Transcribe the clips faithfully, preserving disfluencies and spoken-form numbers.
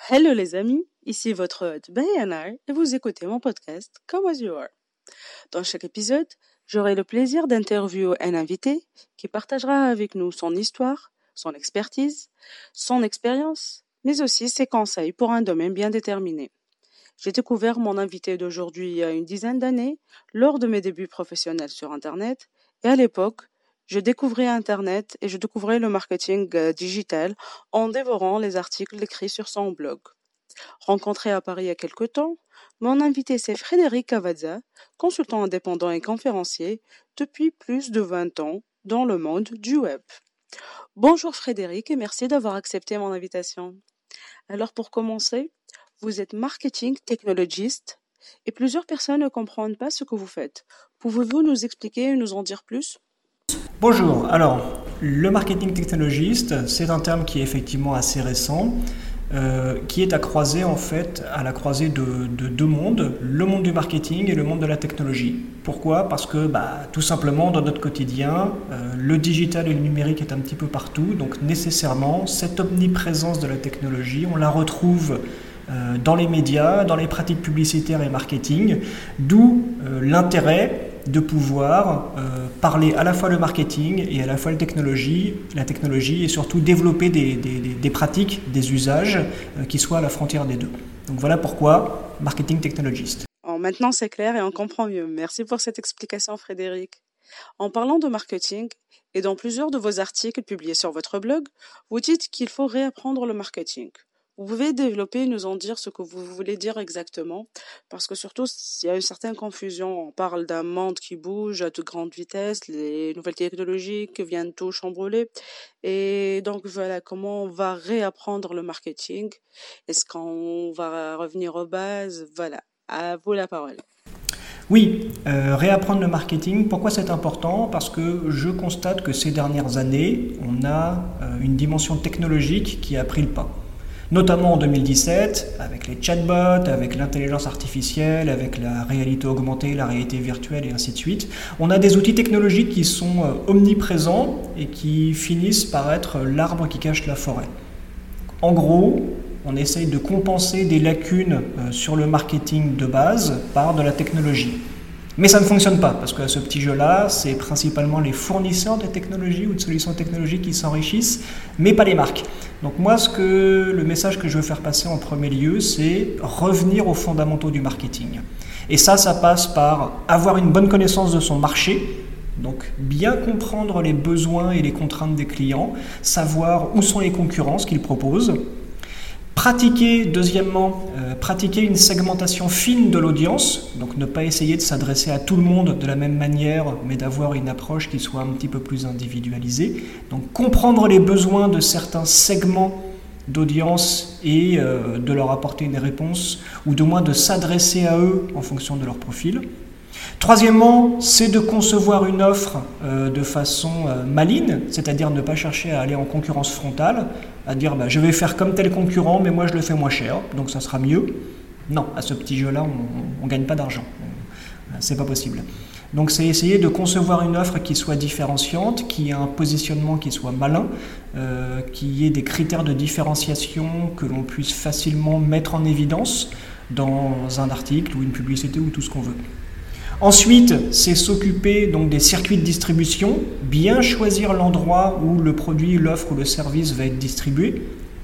Hello les amis, ici votre hôte Bayanar et vous écoutez mon podcast Come As You Are. Dans chaque épisode, j'aurai le plaisir d'interviewer un invité qui partagera avec nous son histoire, son expertise, son expérience, mais aussi ses conseils pour un domaine bien déterminé. J'ai découvert mon invité d'aujourd'hui il y a une dizaine d'années lors de mes débuts professionnels sur Internet et à l'époque, je découvrais Internet et je découvrais le marketing euh, digital en dévorant les articles écrits sur son blog. Rencontré à Paris il y a quelque temps, mon invité c'est Frédéric Cavazza, consultant indépendant et conférencier depuis plus de vingt ans dans le monde du web. Bonjour Frédéric et merci d'avoir accepté mon invitation. Alors pour commencer, vous êtes marketing technologist et plusieurs personnes ne comprennent pas ce que vous faites. Pouvez-vous nous expliquer et nous en dire plus ? Bonjour, alors le marketing technologiste, c'est un terme qui est effectivement assez récent, euh, qui est à croiser en fait, à la croisée de, de deux mondes, le monde du marketing et le monde de la technologie. Pourquoi ? Parce que bah, tout simplement dans notre quotidien, euh, le digital et le numérique est un petit peu partout, donc nécessairement cette omniprésence de la technologie, on la retrouve euh, dans les médias, dans les pratiques publicitaires et marketing, d'où euh, l'intérêt de pouvoir euh, parler à la fois le marketing et à la fois la technologie, la technologie et surtout développer des, des, des pratiques, des usages euh, qui soient à la frontière des deux. Donc voilà pourquoi marketing technologiste. Oh, maintenant c'est clair et on comprend mieux. Merci pour cette explication Frédéric. En parlant de marketing, et dans plusieurs de vos articles publiés sur votre blog, vous dites qu'il faut réapprendre le marketing. Vous pouvez développer et nous en dire ce que vous voulez dire exactement, parce que surtout, il y a une certaine confusion. On parle d'un monde qui bouge à de grandes vitesses, les nouvelles technologies qui viennent tout chambouler. Et donc voilà, comment on va réapprendre le marketing? Est-ce qu'on va revenir aux bases? Voilà, à vous la parole. Oui, euh, réapprendre le marketing, pourquoi c'est important ? Parce que je constate que ces dernières années, on a euh, une dimension technologique qui a pris le pas. Notamment en deux mille dix-sept, avec les chatbots, avec l'intelligence artificielle, avec la réalité augmentée, la réalité virtuelle et ainsi de suite. On a des outils technologiques qui sont euh, omniprésents et qui finissent par être l'arbre qui cache la forêt. En gros, on essaye de compenser des lacunes euh, sur le marketing de base par de la technologie. Mais ça ne fonctionne pas, parce qu'à ce petit jeu-là, c'est principalement les fournisseurs de technologies ou de solutions technologiques qui s'enrichissent, mais pas les marques. Donc moi, ce que, le message que je veux faire passer en premier lieu, c'est revenir aux fondamentaux du marketing. Et ça, ça passe par avoir une bonne connaissance de son marché, donc bien comprendre les besoins et les contraintes des clients, savoir où sont les concurrents, ce qu'ils proposent. Pratiquer, deuxièmement, euh, pratiquer une segmentation fine de l'audience, donc ne pas essayer de s'adresser à tout le monde de la même manière, mais d'avoir une approche qui soit un petit peu plus individualisée. Donc comprendre les besoins de certains segments d'audience et euh, de leur apporter une réponse, ou de moins de s'adresser à eux en fonction de leur profil. Troisièmement, c'est de concevoir une offre euh, de façon euh, maligne, c'est-à-dire ne pas chercher à aller en concurrence frontale, à dire bah, je vais faire comme tel concurrent, mais moi je le fais moins cher, donc ça sera mieux. Non, à ce petit jeu-là, on ne gagne pas d'argent. C'est pas possible. Donc c'est essayer de concevoir une offre qui soit différenciante, qui ait un positionnement qui soit malin, euh, qui ait des critères de différenciation que l'on puisse facilement mettre en évidence dans un article ou une publicité ou tout ce qu'on veut. Ensuite, c'est s'occuper donc des circuits de distribution, bien choisir l'endroit où le produit, l'offre ou le service va être distribué.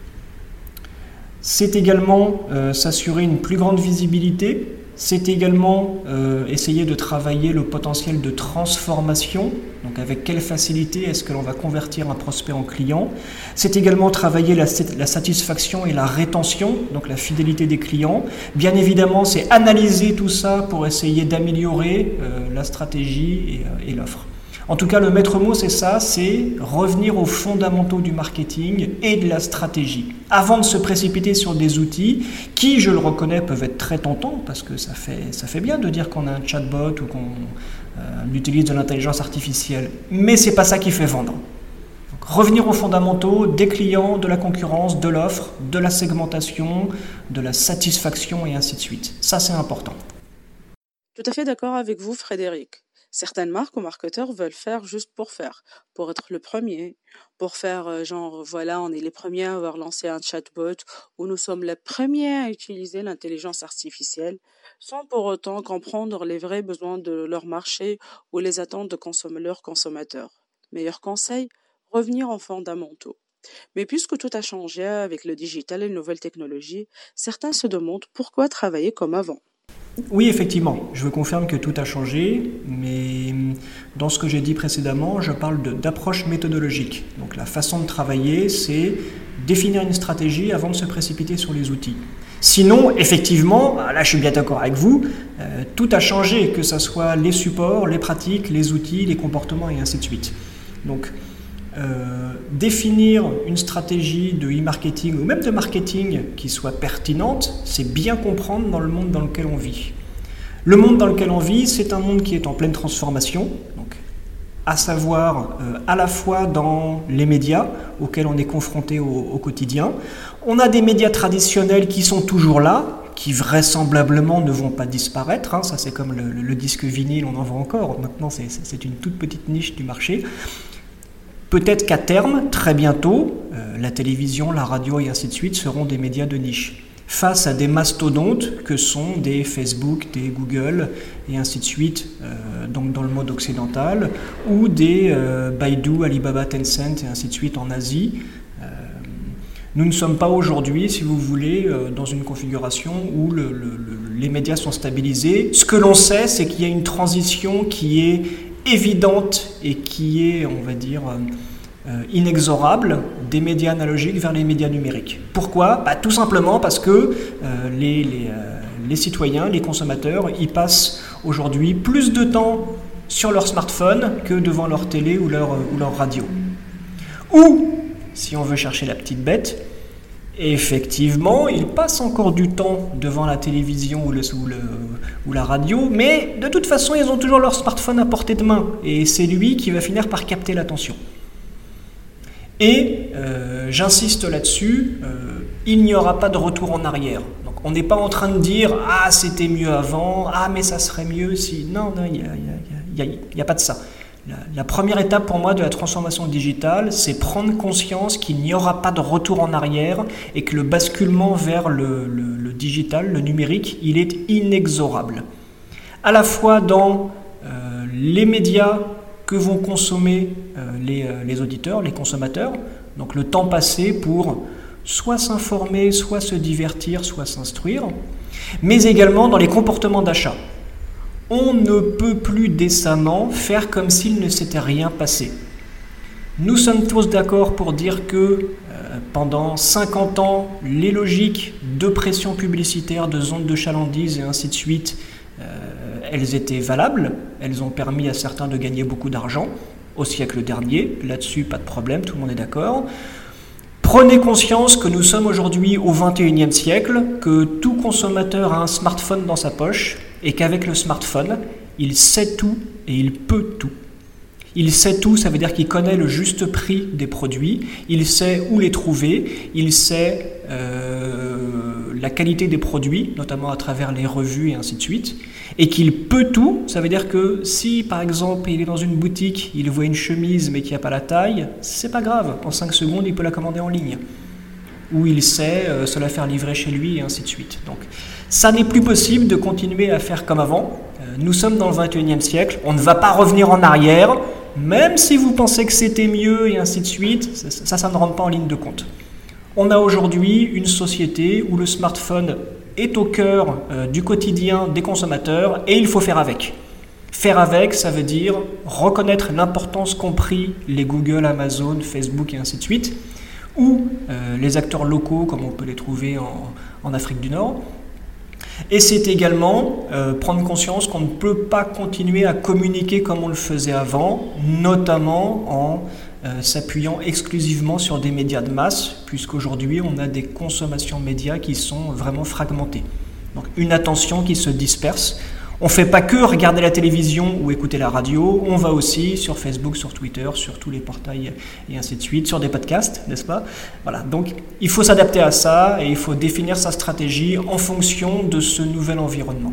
C'est également euh, s'assurer une plus grande visibilité. C'est également euh, essayer de travailler le potentiel de transformation, donc avec quelle facilité est-ce que l'on va convertir un prospect en client. C'est également travailler la, la satisfaction et la rétention, donc la fidélité des clients. Bien évidemment, c'est analyser tout ça pour essayer d'améliorer euh, la stratégie et, euh, et l'offre. En tout cas, le maître mot, c'est ça, c'est revenir aux fondamentaux du marketing et de la stratégie. Avant de se précipiter sur des outils qui, je le reconnais, peuvent être très tentants, parce que ça fait, ça fait bien de dire qu'on a un chatbot ou qu'on euh, utilise de l'intelligence artificielle. Mais c'est pas ça qui fait vendre. Donc, revenir aux fondamentaux des clients, de la concurrence, de l'offre, de la segmentation, de la satisfaction et ainsi de suite. Ça, c'est important. Tout à fait d'accord avec vous Frédéric. Certaines marques ou marketeurs veulent faire juste pour faire, pour être le premier, pour faire euh, genre, voilà, on est les premiers à avoir lancé un chatbot ou nous sommes les premiers à utiliser l'intelligence artificielle, sans pour autant comprendre les vrais besoins de leur marché ou les attentes de consomm- leurs consommateurs. Meilleur conseil, revenir aux fondamentaux. Mais puisque tout a changé avec le digital et les nouvelles technologies, certains se demandent pourquoi travailler comme avant. Oui, effectivement, je vous confirme que tout a changé, mais dans ce que j'ai dit précédemment, je parle de- d'approche méthodologique. Donc la façon de travailler, c'est définir une stratégie avant de se précipiter sur les outils. Sinon, effectivement, là je suis bien d'accord avec vous, euh, tout a changé, que ce soit les supports, les pratiques, les outils, les comportements et ainsi de suite. Donc, Euh, définir une stratégie de e-marketing ou même de marketing qui soit pertinente, c'est bien comprendre dans le monde dans lequel on vit. Le monde dans lequel on vit, c'est un monde qui est en pleine transformation, donc, à savoir euh, à la fois dans les médias auxquels on est confronté au, au quotidien. On a des médias traditionnels qui sont toujours là, qui vraisemblablement ne vont pas disparaître, hein. Ça c'est comme le, le, le disque vinyle, on en vend encore, maintenant c'est, c'est une toute petite niche du marché. Peut-être qu'à terme, très bientôt, euh, la télévision, la radio et ainsi de suite seront des médias de niche, face à des mastodontes que sont des Facebook, des Google et ainsi de suite, euh, donc dans le mode occidental, ou des euh, Baidu, Alibaba, Tencent et ainsi de suite en Asie. Euh, nous ne sommes pas aujourd'hui, si vous voulez, euh, dans une configuration où le, le, le, les médias sont stabilisés. Ce que l'on sait, c'est qu'il y a une transition qui est évidente et qui est, on va dire, euh, inexorable des médias analogiques vers les médias numériques. Pourquoi ? Bah, tout simplement parce que euh, les, les, euh, les citoyens, les consommateurs, y passent aujourd'hui plus de temps sur leur smartphone que devant leur télé ou leur, ou leur radio. Ou, si on veut chercher la petite bête, effectivement, ils passent encore du temps devant la télévision ou, le, ou, le, ou la radio, mais de toute façon, ils ont toujours leur smartphone à portée de main, et c'est lui qui va finir par capter l'attention. Et, euh, j'insiste là-dessus, euh, il n'y aura pas de retour en arrière. Donc, on n'est pas en train de dire « Ah, c'était mieux avant, ah, mais ça serait mieux si… » Non, non, il n'y a, y a, y a, y a pas de ça. La, la première étape pour moi de la transformation digitale, c'est prendre conscience qu'il n'y aura pas de retour en arrière et que le basculement vers le, le, le digital, le numérique, il est inexorable. À la fois dans euh, les médias que vont consommer euh, les, euh, les auditeurs, les consommateurs, donc le temps passé pour soit s'informer, soit se divertir, soit s'instruire, mais également dans les comportements d'achat. On ne peut plus décemment faire comme s'il ne s'était rien passé. Nous sommes tous d'accord pour dire que euh, pendant cinquante ans, les logiques de pression publicitaire, de zones de chalandise et ainsi de suite, euh, elles étaient valables, elles ont permis à certains de gagner beaucoup d'argent, au siècle dernier, là-dessus pas de problème, tout le monde est d'accord. Prenez conscience que nous sommes aujourd'hui au vingt et unième siècle, que tout consommateur a un smartphone dans sa poche, et qu'avec le smartphone, il sait tout et il peut tout. Il sait tout, ça veut dire qu'il connaît le juste prix des produits, il sait où les trouver, il sait euh, la qualité des produits, notamment à travers les revues et ainsi de suite, et qu'il peut tout, ça veut dire que si par exemple il est dans une boutique, il voit une chemise mais qu'il n'y a pas la taille, c'est pas grave, en cinq secondes il peut la commander en ligne. Ou il sait euh, se la faire livrer chez lui et ainsi de suite. Donc, ça n'est plus possible de continuer à faire comme avant. Euh, nous sommes dans le vingt et unième siècle, on ne va pas revenir en arrière, même si vous pensez que c'était mieux et ainsi de suite, ça, ça, ça ne rentre pas en ligne de compte. On a aujourd'hui une société où le smartphone est au cœur euh, du quotidien des consommateurs et il faut faire avec. Faire avec, ça veut dire reconnaître l'importance qu'ont pris les Google, Amazon, Facebook et ainsi de suite, ou euh, les acteurs locaux comme on peut les trouver en, en Afrique du Nord. Et c'est également euh, prendre conscience qu'on ne peut pas continuer à communiquer comme on le faisait avant, notamment en euh, s'appuyant exclusivement sur des médias de masse, puisqu'aujourd'hui on a des consommations médias qui sont vraiment fragmentées. Donc une attention qui se disperse. On ne fait pas que regarder la télévision ou écouter la radio, on va aussi sur Facebook, sur Twitter, sur tous les portails et ainsi de suite, sur des podcasts, n'est-ce pas ? Voilà, donc il faut s'adapter à ça et il faut définir sa stratégie en fonction de ce nouvel environnement.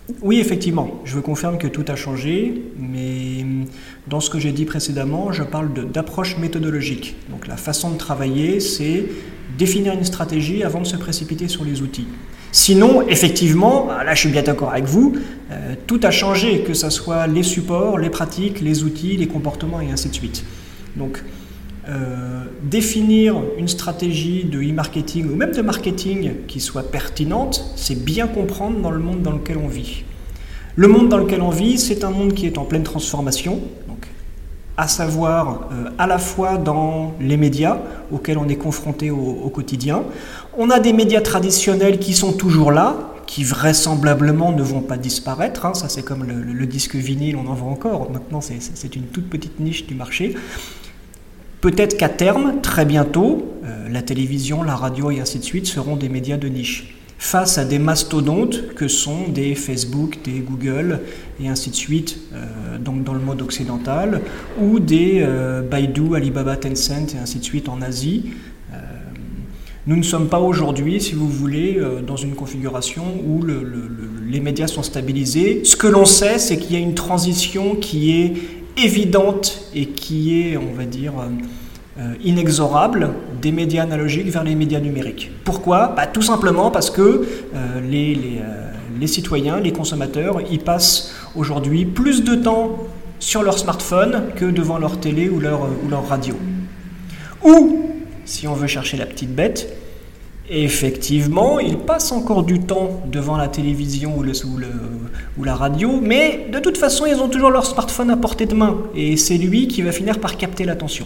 Oui, effectivement, je vous confirme que tout a changé, mais dans ce que j'ai dit précédemment, je parle de- d'approche méthodologique. Donc la façon de travailler, c'est définir une stratégie avant de se précipiter sur les outils. Sinon, effectivement, là je suis bien d'accord avec vous, euh, tout a changé, que ce soit les supports, les pratiques, les outils, les comportements et ainsi de suite. Donc, euh, définir une stratégie de e-marketing ou même de marketing qui soit pertinente, c'est bien comprendre dans le monde dans lequel on vit. Le monde dans lequel on vit, c'est un monde qui est en pleine transformation, donc, à savoir euh, à la fois dans les médias auxquels on est confronté au, au quotidien. On a des médias traditionnels qui sont toujours là, qui vraisemblablement ne vont pas disparaître, hein, ça c'est comme le, le, le disque vinyle, on en vend encore, maintenant c'est, c'est une toute petite niche du marché. Peut-être qu'à terme, très bientôt, euh, la télévision, la radio et ainsi de suite seront des médias de niche, face à des mastodontes que sont des Facebook, des Google et ainsi de suite, euh, donc dans le mode occidental, ou des euh, Baidu, Alibaba, Tencent et ainsi de suite en Asie. Euh, nous ne sommes pas aujourd'hui, si vous voulez, euh, dans une configuration où le, le, le, les médias sont stabilisés. Ce que l'on sait, c'est qu'il y a une transition qui est évidente et qui est, on va dire, euh, inexorable des médias analogiques vers les médias numériques. Pourquoi ? Bah, tout simplement parce que euh, les, les, euh, les citoyens, les consommateurs, y passent aujourd'hui plus de temps sur leur smartphone que devant leur télé ou leur, ou leur radio. Ou, si on veut chercher la petite bête, effectivement, ils passent encore du temps devant la télévision ou, le, ou, le, ou la radio, mais de toute façon, ils ont toujours leur smartphone à portée de main, et c'est lui qui va finir par capter l'attention.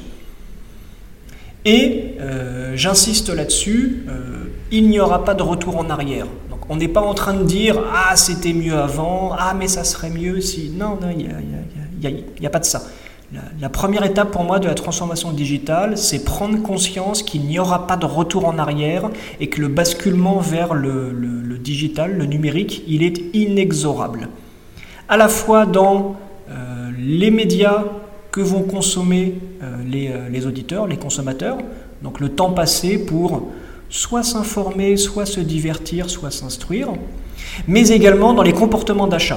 Et, euh, j'insiste là-dessus, euh, il n'y aura pas de retour en arrière. Donc, on n'est pas en train de dire « Ah, c'était mieux avant, ah, mais ça serait mieux si… » Non, non, il n'y a, a, a, a pas de ça. La, la première étape pour moi de la transformation digitale, c'est prendre conscience qu'il n'y aura pas de retour en arrière et que le basculement vers le, le, le digital, le numérique, il est inexorable. À la fois dans euh, les médias que vont consommer euh, les, euh, les auditeurs, les consommateurs, donc le temps passé pour soit s'informer, soit se divertir, soit s'instruire, mais également dans les comportements d'achat.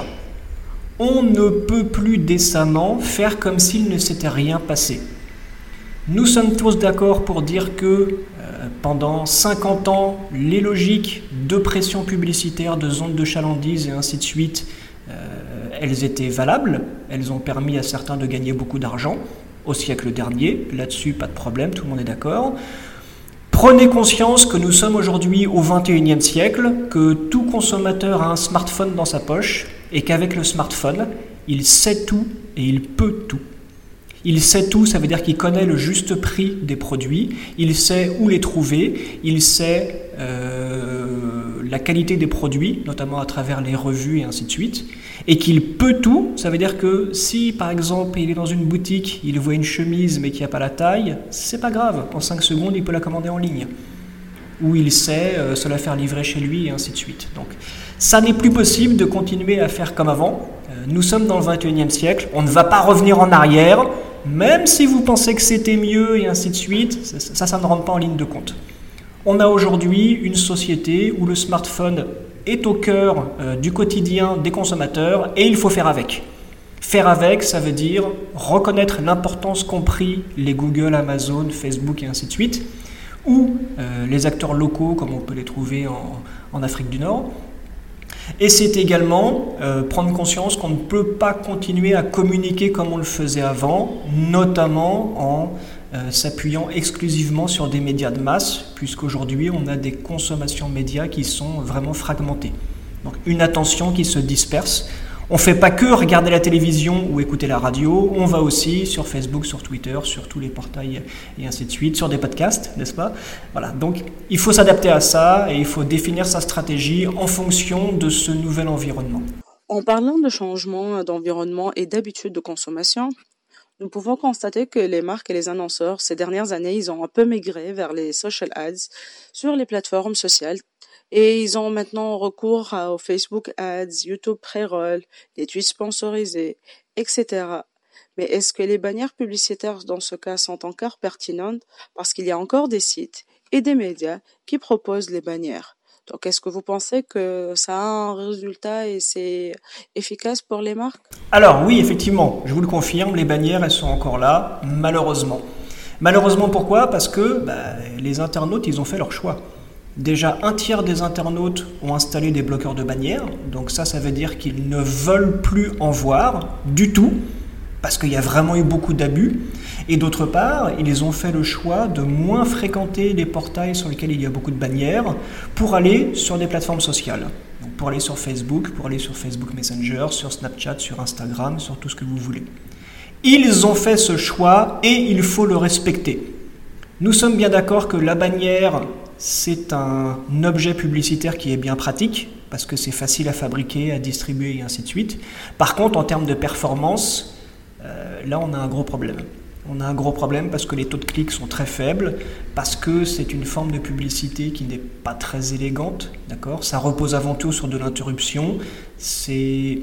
On ne peut plus décemment faire comme s'il ne s'était rien passé. Nous sommes tous d'accord pour dire que euh, pendant cinquante ans, les logiques de pression publicitaire, de zones de chalandise et ainsi de suite, euh, elles étaient valables, elles ont permis à certains de gagner beaucoup d'argent, au siècle dernier, là-dessus pas de problème, tout le monde est d'accord. Prenez conscience que nous sommes aujourd'hui au vingt et unième siècle, que tout consommateur a un smartphone dans sa poche, et qu'avec le smartphone, il sait tout et il peut tout. Il sait tout, ça veut dire qu'il connaît le juste prix des produits, il sait où les trouver, il sait euh, la qualité des produits, notamment à travers les revues et ainsi de suite, et qu'il peut tout, ça veut dire que si par exemple il est dans une boutique, il voit une chemise mais qu'il n'y a pas la taille, c'est pas grave, en cinq secondes il peut la commander en ligne. Ou il sait euh, se la faire livrer chez lui et ainsi de suite. Donc, ça n'est plus possible de continuer à faire comme avant. Euh, nous sommes dans le vingt et unième siècle, on ne va pas revenir en arrière, même si vous pensez que c'était mieux et ainsi de suite, ça, ça, ça ne rentre pas en ligne de compte. On a aujourd'hui une société où le smartphone est au cœur euh, du quotidien des consommateurs et il faut faire avec. Faire avec, ça veut dire reconnaître l'importance qu'ont pris les Google, Amazon, Facebook et ainsi de suite, ou euh, les acteurs locaux comme on peut les trouver en, en Afrique du Nord. Et c'est également euh, prendre conscience qu'on ne peut pas continuer à communiquer comme on le faisait avant, notamment en euh, s'appuyant exclusivement sur des médias de masse, puisqu'aujourd'hui on a des consommations médias qui sont vraiment fragmentées. Donc une attention qui se disperse. On ne fait pas que regarder la télévision ou écouter la radio, on va aussi sur Facebook, sur Twitter, sur tous les portails et ainsi de suite, sur des podcasts, n'est-ce pas ? Voilà, donc il faut s'adapter à ça et il faut définir sa stratégie en fonction de ce nouvel environnement. En parlant de changement d'environnement et d'habitudes de consommation, nous pouvons constater que les marques et les annonceurs, ces dernières années, ils ont un peu migré vers les social ads sur les plateformes sociales. Et ils ont maintenant recours aux Facebook Ads, YouTube Pre-roll, les tweets sponsorisés, et cetera. Mais est-ce que les bannières publicitaires dans ce cas sont encore pertinentes? Parce qu'il y a encore des sites et des médias qui proposent les bannières. Donc, est-ce que vous pensez que ça a un résultat et c'est efficace pour les marques? Alors oui, effectivement, je vous le confirme, les bannières, elles sont encore là, malheureusement. Malheureusement pourquoi? Parce que bah, les internautes, ils ont fait leur choix. Déjà, un tiers des internautes ont installé des bloqueurs de bannières, donc ça, ça veut dire qu'ils ne veulent plus en voir du tout, parce qu'il y a vraiment eu beaucoup d'abus. Et d'autre part, ils ont fait le choix de moins fréquenter les portails sur lesquels il y a beaucoup de bannières pour aller sur des plateformes sociales. Donc pour aller sur Facebook, pour aller sur Facebook Messenger, sur Snapchat, sur Instagram, sur tout ce que vous voulez. Ils ont fait ce choix et il faut le respecter. Nous sommes bien d'accord que la bannière, c'est un objet publicitaire qui est bien pratique, parce que c'est facile à fabriquer, à distribuer et ainsi de suite. Par contre, en termes de performance, euh, là on a un gros problème. On a un gros problème parce que les taux de clics sont très faibles, parce que c'est une forme de publicité qui n'est pas très élégante, d'accord ? Ça repose avant tout sur de l'interruption. C'est...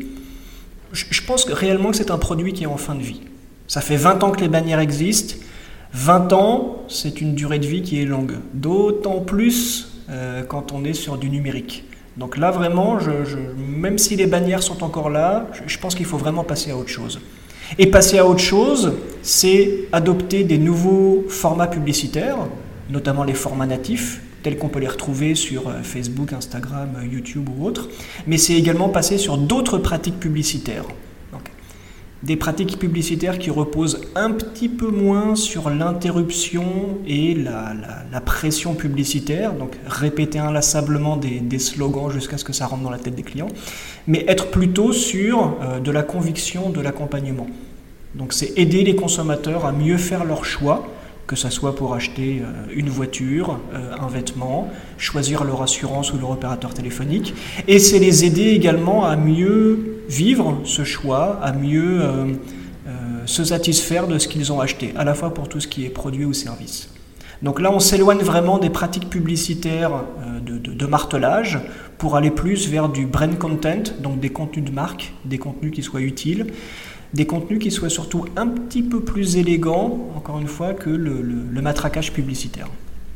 Je pense que réellement que c'est un produit qui est en fin de vie. Ça fait vingt ans que les bannières existent. vingt ans, c'est une durée de vie qui est longue. D'autant plus euh, quand on est sur du numérique. Donc là, vraiment, je, je, même si les bannières sont encore là, je, je pense qu'il faut vraiment passer à autre chose. Et passer à autre chose, c'est adopter des nouveaux formats publicitaires, notamment les formats natifs, tels qu'on peut les retrouver sur Facebook, Instagram, YouTube ou autres, mais c'est également passer sur d'autres pratiques publicitaires. Donc, des pratiques publicitaires qui reposent un petit peu moins sur l'interruption et la, la, la pression publicitaire, donc répéter inlassablement des, des slogans jusqu'à ce que ça rentre dans la tête des clients, mais être plutôt sur euh, de la conviction, de l'accompagnement. Donc c'est aider les consommateurs à mieux faire leur choix, que ce soit pour acheter euh, une voiture, euh, un vêtement, choisir leur assurance ou leur opérateur téléphonique, et c'est les aider également à mieux vivre ce choix, à mieux euh, euh, se satisfaire de ce qu'ils ont acheté, à la fois pour tout ce qui est produit ou service. Donc là, on s'éloigne vraiment des pratiques publicitaires euh, de, de, de martelage pour aller plus vers du brand content, donc des contenus de marque, des contenus qui soient utiles, des contenus qui soient surtout un petit peu plus élégants, encore une fois, que le, le, le matraquage publicitaire.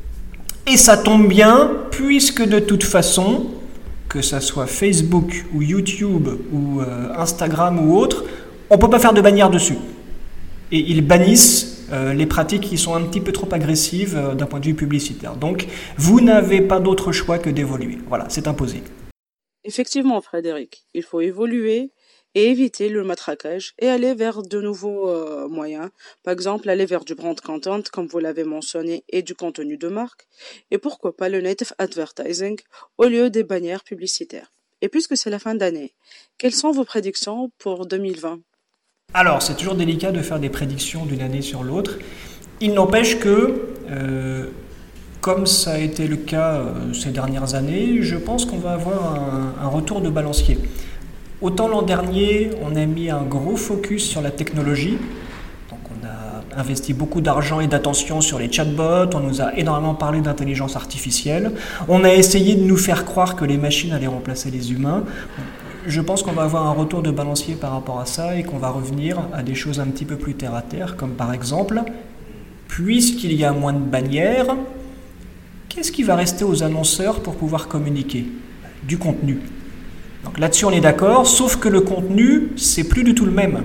Et ça tombe bien, puisque de toute façon, que ça soit Facebook ou YouTube ou euh, Instagram ou autre, on ne peut pas faire de bannière dessus. Et ils bannissent euh, les pratiques qui sont un petit peu trop agressives euh, d'un point de vue publicitaire. Donc, vous n'avez pas d'autre choix que d'évoluer. Voilà, c'est imposé. Effectivement, Frédéric, il faut évoluer et éviter le matraquage et aller vers de nouveaux euh, moyens. Par exemple, aller vers du brand content, comme vous l'avez mentionné, et du contenu de marque. Et pourquoi pas le native advertising au lieu des bannières publicitaires. Et puisque c'est la fin d'année, quelles sont vos prédictions pour deux mille vingt ? Alors, c'est toujours délicat de faire des prédictions d'une année sur l'autre. Il n'empêche que, euh, comme ça a été le cas euh, ces dernières années, je pense qu'on va avoir un, un retour de balancier. Autant l'an dernier, on a mis un gros focus sur la technologie. Donc on a investi beaucoup d'argent et d'attention sur les chatbots, on nous a énormément parlé d'intelligence artificielle. On a essayé de nous faire croire que les machines allaient remplacer les humains. Je pense qu'on va avoir un retour de balancier par rapport à ça et qu'on va revenir à des choses un petit peu plus terre à terre, comme par exemple, puisqu'il y a moins de bannières, qu'est-ce qui va rester aux annonceurs pour pouvoir communiquer ? Du contenu. Donc là-dessus on est d'accord, sauf que le contenu, c'est plus du tout le même.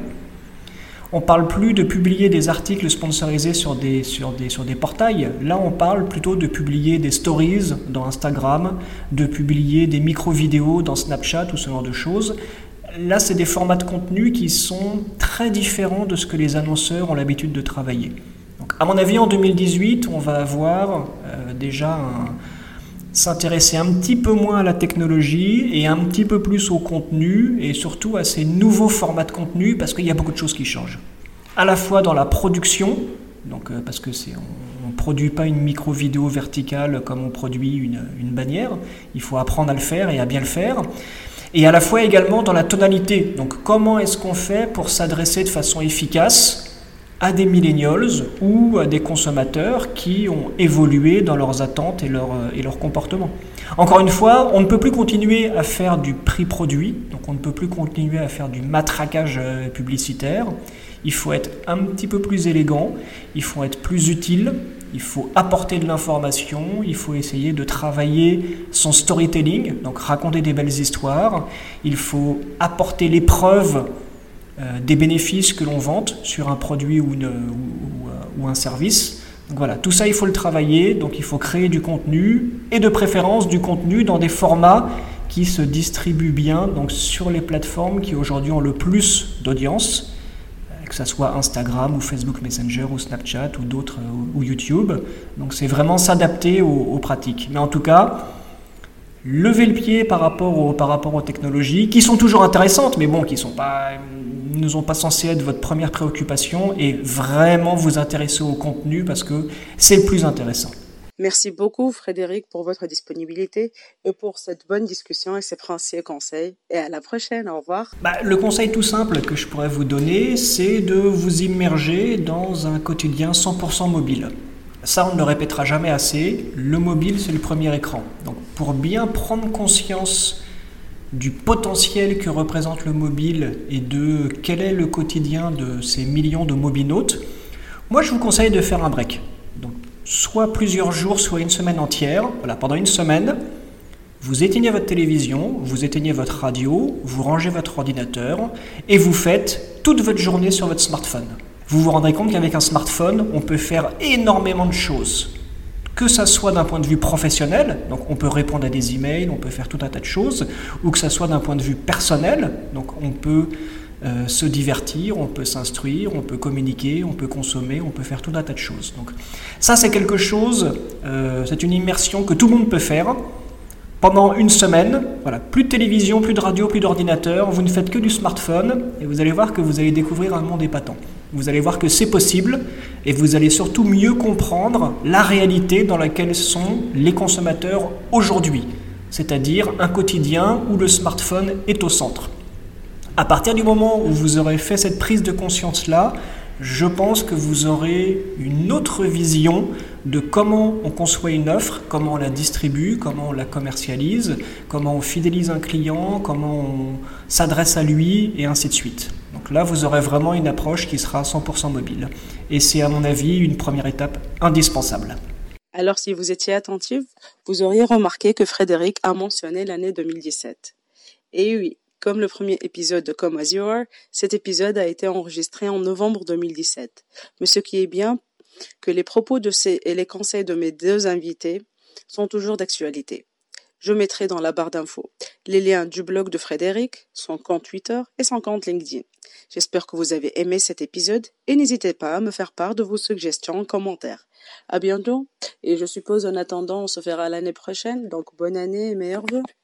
On ne parle plus de publier des articles sponsorisés sur des, sur, des, sur des portails. Là, on parle plutôt de publier des stories dans Instagram, de publier des micro-vidéos dans Snapchat ou ce genre de choses. Là, c'est des formats de contenu qui sont très différents de ce que les annonceurs ont l'habitude de travailler. Donc, à mon avis, en deux mille dix-huit, on va avoir euh, déjà un... s'intéresser un petit peu moins à la technologie et un petit peu plus au contenu et surtout à ces nouveaux formats de contenu parce qu'il y a beaucoup de choses qui changent. À la fois dans la production, donc, euh, parce que c'est, on ne produit pas une micro-vidéo verticale comme on produit une, une bannière, il faut apprendre à le faire et à bien le faire. Et à la fois également dans la tonalité, donc comment est-ce qu'on fait pour s'adresser de façon efficace à des millennials ou à des consommateurs qui ont évolué dans leurs attentes et leur, et leur comportement. Encore une fois, on ne peut plus continuer à faire du prix produit, donc on ne peut plus continuer à faire du matraquage publicitaire. Il faut être un petit peu plus élégant, il faut être plus utile, il faut apporter de l'information, il faut essayer de travailler son storytelling, donc raconter des belles histoires, il faut apporter les preuves euh, des bénéfices que l'on vante sur un produit ou, une, ou, ou, ou un service. Donc voilà, tout ça il faut le travailler, donc il faut créer du contenu et de préférence du contenu dans des formats qui se distribuent bien donc sur les plateformes qui aujourd'hui ont le plus d'audience, que ce soit Instagram ou Facebook Messenger ou Snapchat ou d'autres ou, ou YouTube. Donc c'est vraiment s'adapter aux, aux pratiques. Mais en tout cas, lever le pied par rapport, au, par rapport aux technologies qui sont toujours intéressantes, mais bon, qui sont pas, ne sont pas censées être votre première préoccupation, et vraiment vous intéresser au contenu parce que c'est le plus intéressant. Merci beaucoup Frédéric pour votre disponibilité et pour cette bonne discussion et ces précieux conseils. Et à la prochaine, au revoir. Bah, le conseil tout simple que je pourrais vous donner, c'est de vous immerger dans un quotidien cent pour cent mobile. Ça, on ne le répétera jamais assez, le mobile c'est le premier écran. Donc pour bien prendre conscience du potentiel que représente le mobile et de quel est le quotidien de ces millions de mobinautes, moi je vous conseille de faire un break. Donc, soit plusieurs jours, soit une semaine entière. Voilà, pendant une semaine, vous éteignez votre télévision, vous éteignez votre radio, vous rangez votre ordinateur et vous faites toute votre journée sur votre smartphone. Vous vous rendrez compte qu'avec un smartphone, on peut faire énormément de choses. Que ça soit d'un point de vue professionnel, donc on peut répondre à des emails, on peut faire tout un tas de choses, ou que ça soit d'un point de vue personnel, donc on peut Euh, se divertir, on peut s'instruire, on peut communiquer, on peut consommer, on peut faire tout un tas de choses. Donc ça c'est quelque chose, euh, c'est une immersion que tout le monde peut faire pendant une semaine. Voilà, plus de télévision, plus de radio, plus d'ordinateur, vous ne faites que du smartphone et vous allez voir que vous allez découvrir un monde épatant. Vous allez voir que c'est possible et vous allez surtout mieux comprendre la réalité dans laquelle sont les consommateurs aujourd'hui, c'est-à-dire un quotidien où le smartphone est au centre. À partir du moment où vous aurez fait cette prise de conscience-là, je pense que vous aurez une autre vision de comment on conçoit une offre, comment on la distribue, comment on la commercialise, comment on fidélise un client, comment on s'adresse à lui, et ainsi de suite. Donc là, vous aurez vraiment une approche qui sera cent pour cent mobile. Et c'est, à mon avis, une première étape indispensable. Alors, si vous étiez attentif, vous auriez remarqué que Frédéric a mentionné l'année deux mille dix-sept. Et oui, comme le premier épisode de Come As You Are, cet épisode a été enregistré en novembre deux mille dix-sept. Mais ce qui est bien, que les propos de ces et les conseils de mes deux invités sont toujours d'actualité. Je mettrai dans la barre d'infos les liens du blog de Frédéric, son compte Twitter et son compte LinkedIn. J'espère que vous avez aimé cet épisode et n'hésitez pas à me faire part de vos suggestions en commentaire. À bientôt et je suppose en attendant on se verra l'année prochaine, donc bonne année et meilleurs vœux.